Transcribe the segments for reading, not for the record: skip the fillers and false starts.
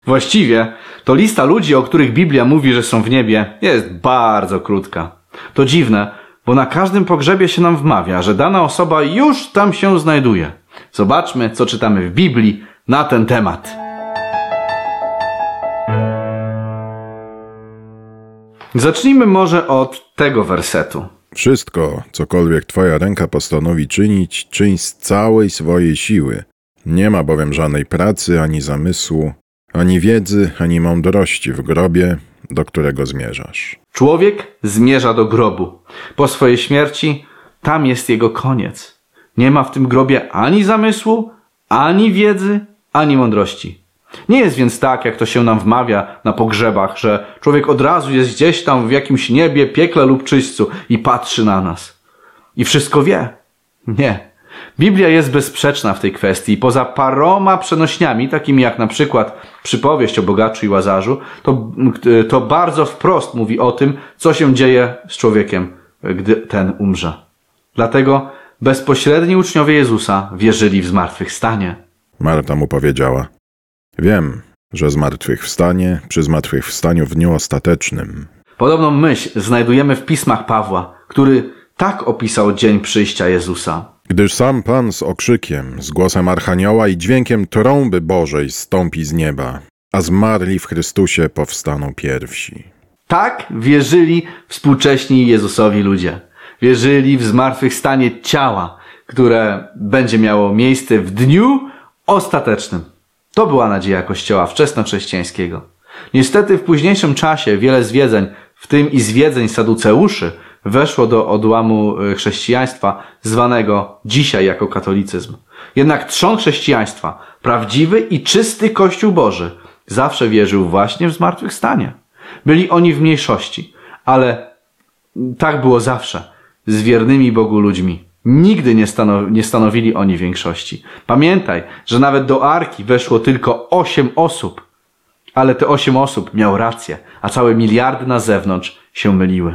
Właściwie to lista ludzi, o których Biblia mówi, że są w niebie, jest bardzo krótka. To dziwne, bo na każdym pogrzebie się nam wmawia, że dana osoba już tam się znajduje. Zobaczmy, co czytamy w Biblii na ten temat. Zacznijmy może od tego wersetu. Wszystko, cokolwiek twoja ręka postanowi czynić, czyń z całej swojej siły. Nie ma bowiem żadnej pracy, ani zamysłu, ani wiedzy, ani mądrości w grobie, do którego zmierzasz. Człowiek zmierza do grobu. Po swojej śmierci tam jest jego koniec. Nie ma w tym grobie ani zamysłu, ani wiedzy, ani mądrości. Nie jest więc tak, jak to się nam wmawia na pogrzebach, że człowiek od razu jest gdzieś tam w jakimś niebie, piekle lub czyśćcu i patrzy na nas. I wszystko wie. Nie. Biblia jest bezsprzeczna w tej kwestii. Poza paroma przenośniami, takimi jak na przykład przypowieść o bogaczu i Łazarzu, to bardzo wprost mówi o tym, co się dzieje z człowiekiem, gdy ten umrze. Dlatego bezpośredni uczniowie Jezusa wierzyli w zmartwychwstanie. Marta mu powiedziała: wiem, że zmartwychwstanie przy zmartwychwstaniu w dniu ostatecznym. Podobną myśl znajdujemy w pismach Pawła, który tak opisał dzień przyjścia Jezusa. Gdyż sam Pan z okrzykiem, z głosem archanioła i dźwiękiem trąby Bożej zstąpi z nieba, a zmarli w Chrystusie powstaną pierwsi. Tak wierzyli współcześni Jezusowi ludzie. Wierzyli w zmartwychwstanie ciała, które będzie miało miejsce w dniu ostatecznym. To była nadzieja Kościoła wczesnochrześcijańskiego. Niestety w późniejszym czasie wiele zwiedzeń, w tym i zwiedzeń saduceuszy, weszło do odłamu chrześcijaństwa, zwanego dzisiaj jako katolicyzm. Jednak trzon chrześcijaństwa, prawdziwy i czysty Kościół Boży, zawsze wierzył właśnie w zmartwychwstanie. Byli oni w mniejszości, ale tak było zawsze z wiernymi Bogu ludźmi. Nigdy nie stanowili oni większości. Pamiętaj, że nawet do arki weszło tylko 8 osób, ale te 8 osób miało rację, a całe miliardy na zewnątrz się myliły.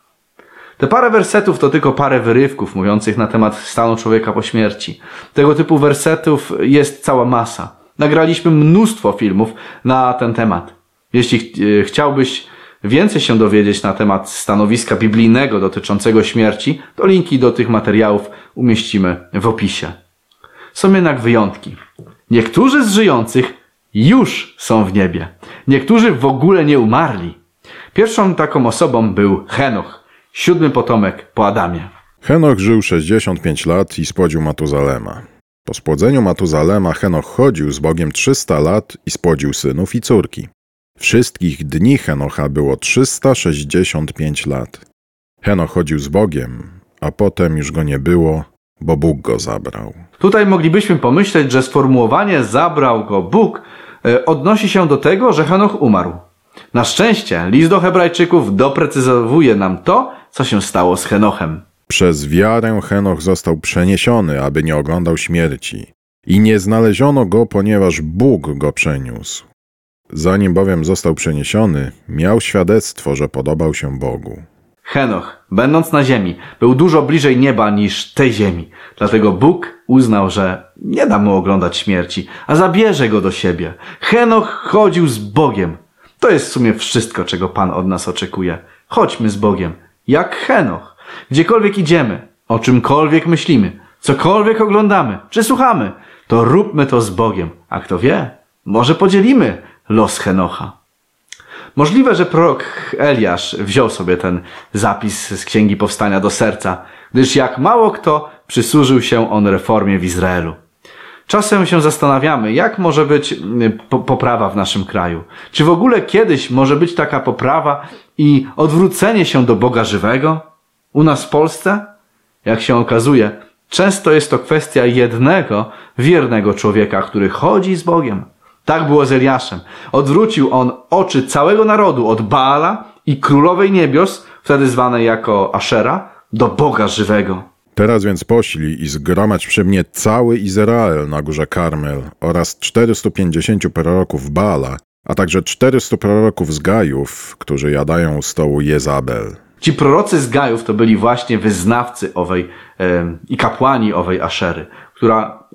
Te parę wersetów to tylko parę wyrywków mówiących na temat stanu człowieka po śmierci. Tego typu wersetów jest cała masa. Nagraliśmy mnóstwo filmów na ten temat. Jeśli chciałbyś więcej się dowiedzieć na temat stanowiska biblijnego dotyczącego śmierci, to linki do tych materiałów umieścimy w opisie. Są jednak wyjątki. Niektórzy z żyjących już są w niebie. Niektórzy w ogóle nie umarli. Pierwszą taką osobą był Henoch, 7. potomek po Adamie. Henoch żył 65 lat i spłodził Matuzalema. Po spłodzeniu Matuzalema Henoch chodził z Bogiem 300 lat i spłodził synów i córki. Wszystkich dni Henocha było 365 lat. Henoch chodził z Bogiem, a potem już go nie było, bo Bóg go zabrał. Tutaj moglibyśmy pomyśleć, że sformułowanie zabrał go Bóg odnosi się do tego, że Henoch umarł. Na szczęście list do Hebrajczyków doprecyzowuje nam to, co się stało z Henochem. Przez wiarę Henoch został przeniesiony, aby nie oglądał śmierci. I nie znaleziono go, ponieważ Bóg go przeniósł. Zanim bowiem został przeniesiony, miał świadectwo, że podobał się Bogu. Henoch, będąc na ziemi, był dużo bliżej nieba niż tej ziemi. Dlatego Bóg uznał, że nie da mu oglądać śmierci, a zabierze go do siebie. Henoch chodził z Bogiem. To jest w sumie wszystko, czego Pan od nas oczekuje. Chodźmy z Bogiem, jak Henoch. Gdziekolwiek idziemy, o czymkolwiek myślimy, cokolwiek oglądamy czy słuchamy, to róbmy to z Bogiem. A kto wie, może podzielimy los Henocha. Możliwe, że prorok Eliasz wziął sobie ten zapis z Księgi Powstania do serca, gdyż jak mało kto przysłużył się on reformie w Izraelu. Czasem się zastanawiamy, jak może być poprawa w naszym kraju. Czy w ogóle kiedyś może być taka poprawa i odwrócenie się do Boga żywego? U nas w Polsce? Jak się okazuje, często jest to kwestia jednego wiernego człowieka, który chodzi z Bogiem. Tak było z Eliaszem. Odwrócił on oczy całego narodu od Baala i królowej niebios, wtedy zwanej jako Aszera, do Boga żywego. Teraz więc poślij i zgromadź przy mnie cały Izrael na górze Karmel oraz 450 proroków Baala, a także 400 proroków z Gajów, którzy jadają u stołu Jezabel. Ci prorocy z Gajów to byli właśnie wyznawcy owej i kapłani owej Aszery, która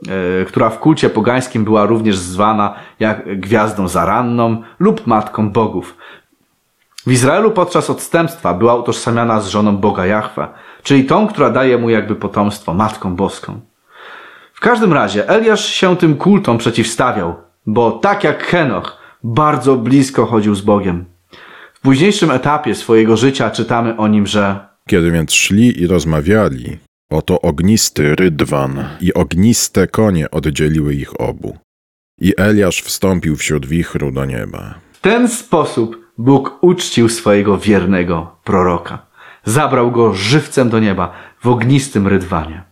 która w kulcie pogańskim była również zwana jak gwiazdą zaranną lub matką bogów. W Izraelu podczas odstępstwa była utożsamiana z żoną Boga Jahwe, czyli tą, która daje mu jakby potomstwo, Matką Boską. W każdym razie Eliasz się tym kultom przeciwstawiał, bo tak jak Henoch bardzo blisko chodził z Bogiem. W późniejszym etapie swojego życia czytamy o nim, że Kiedy więc szli i rozmawiali, oto ognisty rydwan i ogniste konie oddzieliły ich obu. I Eliasz wstąpił wśród wichru do nieba. w ten sposób Bóg uczcił swojego wiernego proroka. Zabrał go żywcem do nieba w ognistym rydwanie.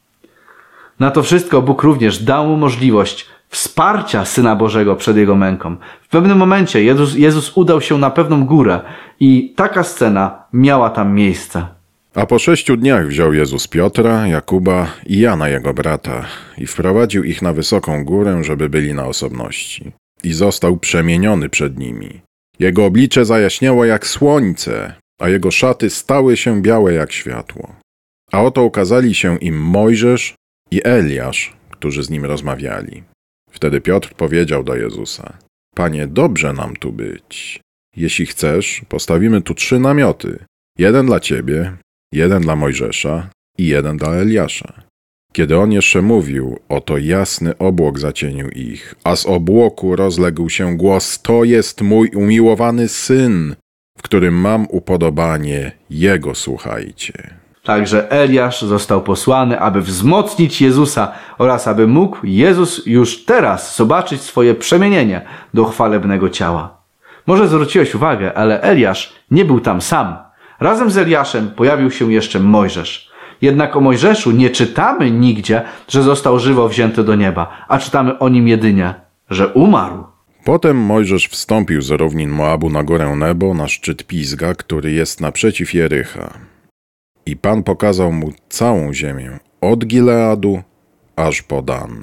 Na to wszystko Bóg również dał mu możliwość wsparcia Syna Bożego przed jego męką. W pewnym momencie Jezus udał się na pewną górę i taka scena miała tam miejsce. A po 6 dniach wziął Jezus Piotra, Jakuba i Jana jego brata i wprowadził ich na wysoką górę, żeby byli na osobności. I został przemieniony przed nimi. Jego oblicze zajaśniało jak słońce, a jego szaty stały się białe jak światło. A oto ukazali się im Mojżesz i Eliasz, którzy z nim rozmawiali. Wtedy Piotr powiedział do Jezusa: Panie, dobrze nam tu być. Jeśli chcesz, postawimy tu 3 namioty. Jeden dla ciebie, jeden dla Mojżesza i jeden dla Eliasza. Kiedy on jeszcze mówił, oto jasny obłok zacienił ich, a z obłoku rozległ się głos: To jest mój umiłowany Syn, w którym mam upodobanie, Jego słuchajcie. Także Eliasz został posłany, aby wzmocnić Jezusa oraz aby mógł Jezus już teraz zobaczyć swoje przemienienie do chwalebnego ciała. Może zwróciłeś uwagę, ale Eliasz nie był tam sam. Razem z Eliaszem pojawił się jeszcze Mojżesz. Jednak o Mojżeszu nie czytamy nigdzie, że został żywo wzięty do nieba, a czytamy o nim jedynie, że umarł. Potem Mojżesz wstąpił z równin Moabu na górę Nebo, na szczyt Pisga, który jest naprzeciw Jericha. I Pan pokazał mu całą ziemię, od Gileadu aż po Dan.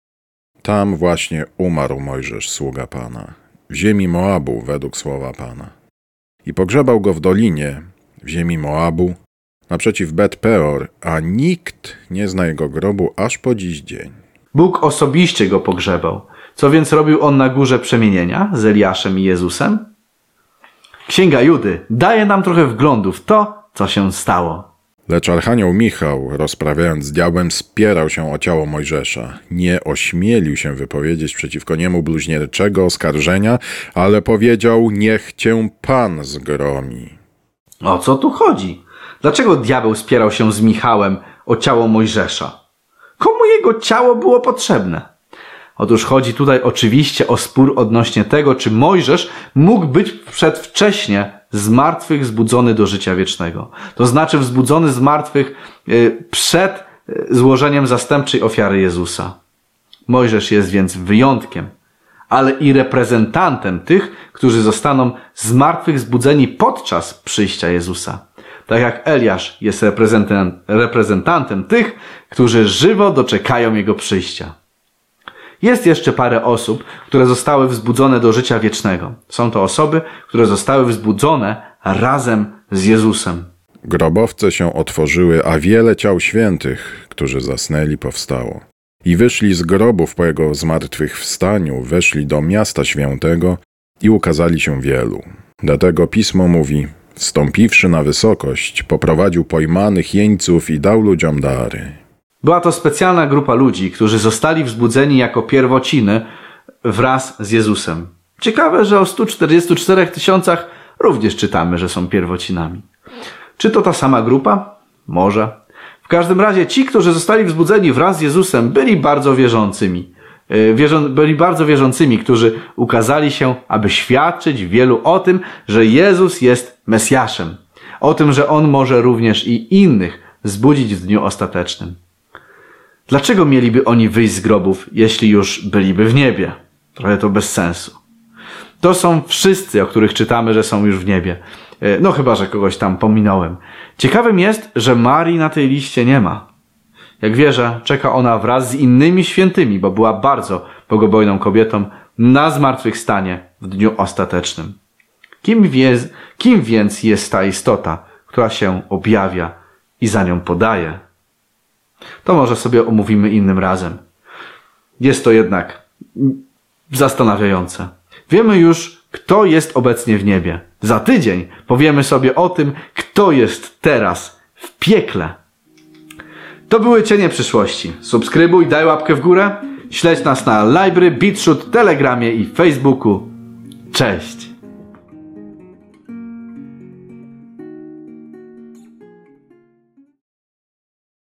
Tam właśnie umarł Mojżesz, sługa Pana, w ziemi Moabu według słowa Pana. I pogrzebał go w dolinie, w ziemi Moabu, naprzeciw Bet-Peor, a nikt nie zna jego grobu aż po dziś dzień. Bóg osobiście go pogrzebał. Co więc robił on na górze przemienienia z Eliaszem i Jezusem? Księga Judy daje nam trochę wglądu w to, co się stało. Lecz archanioł Michał, rozprawiając z diabłem, spierał się o ciało Mojżesza. Nie ośmielił się wypowiedzieć przeciwko niemu bluźnierczego oskarżenia, ale powiedział: Niech cię Pan zgromi. O co tu chodzi? Dlaczego diabeł spierał się z Michałem o ciało Mojżesza? Komu jego ciało było potrzebne? Otóż chodzi tutaj oczywiście o spór odnośnie tego, czy Mojżesz mógł być przedwcześnie z martwych zbudzony do życia wiecznego. To znaczy wzbudzony z martwych przed złożeniem zastępczej ofiary Jezusa. Mojżesz jest więc wyjątkiem, ale i reprezentantem tych, którzy zostaną z martwych zbudzeni podczas przyjścia Jezusa. Tak jak Eliasz jest reprezentantem tych, którzy żywo doczekają Jego przyjścia. Jest jeszcze parę osób, które zostały wzbudzone do życia wiecznego. Są to osoby, które zostały wzbudzone razem z Jezusem. Grobowce się otworzyły, a wiele ciał świętych, którzy zasnęli, powstało. I wyszli z grobów po Jego zmartwychwstaniu, weszli do miasta świętego i ukazali się wielu. Dlatego Pismo mówi: wstąpiwszy na wysokość, poprowadził pojmanych jeńców i dał ludziom dary. Była to specjalna grupa ludzi, którzy zostali wzbudzeni jako pierwociny wraz z Jezusem. Ciekawe, że o 144 000 również czytamy, że są pierwocinami. Czy to ta sama grupa? Może. W każdym razie ci, którzy zostali wzbudzeni wraz z Jezusem, byli bardzo wierzącymi, którzy ukazali się, aby świadczyć wielu o tym, że Jezus jest Mesjaszem. O tym, że On może również i innych wzbudzić w dniu ostatecznym. Dlaczego mieliby oni wyjść z grobów, jeśli już byliby w niebie? Trochę to bez sensu. To są wszyscy, o których czytamy, że są już w niebie. No chyba, że kogoś tam pominąłem. Ciekawym jest, że Marii na tej liście nie ma. Jak wierzę, czeka ona wraz z innymi świętymi, bo była bardzo bogobojną kobietą, na zmartwychwstanie w dniu ostatecznym. Kim więc jest ta istota, która się objawia i za nią podaje? To może sobie omówimy innym razem. jest to jednak zastanawiające. Wiemy już, kto jest obecnie w niebie. Za tydzień powiemy sobie o tym, kto jest teraz w piekle. To były Cienie przyszłości. Subskrybuj, daj łapkę w górę. Śledź nas na Library, BitChute, Telegramie i Facebooku. Cześć!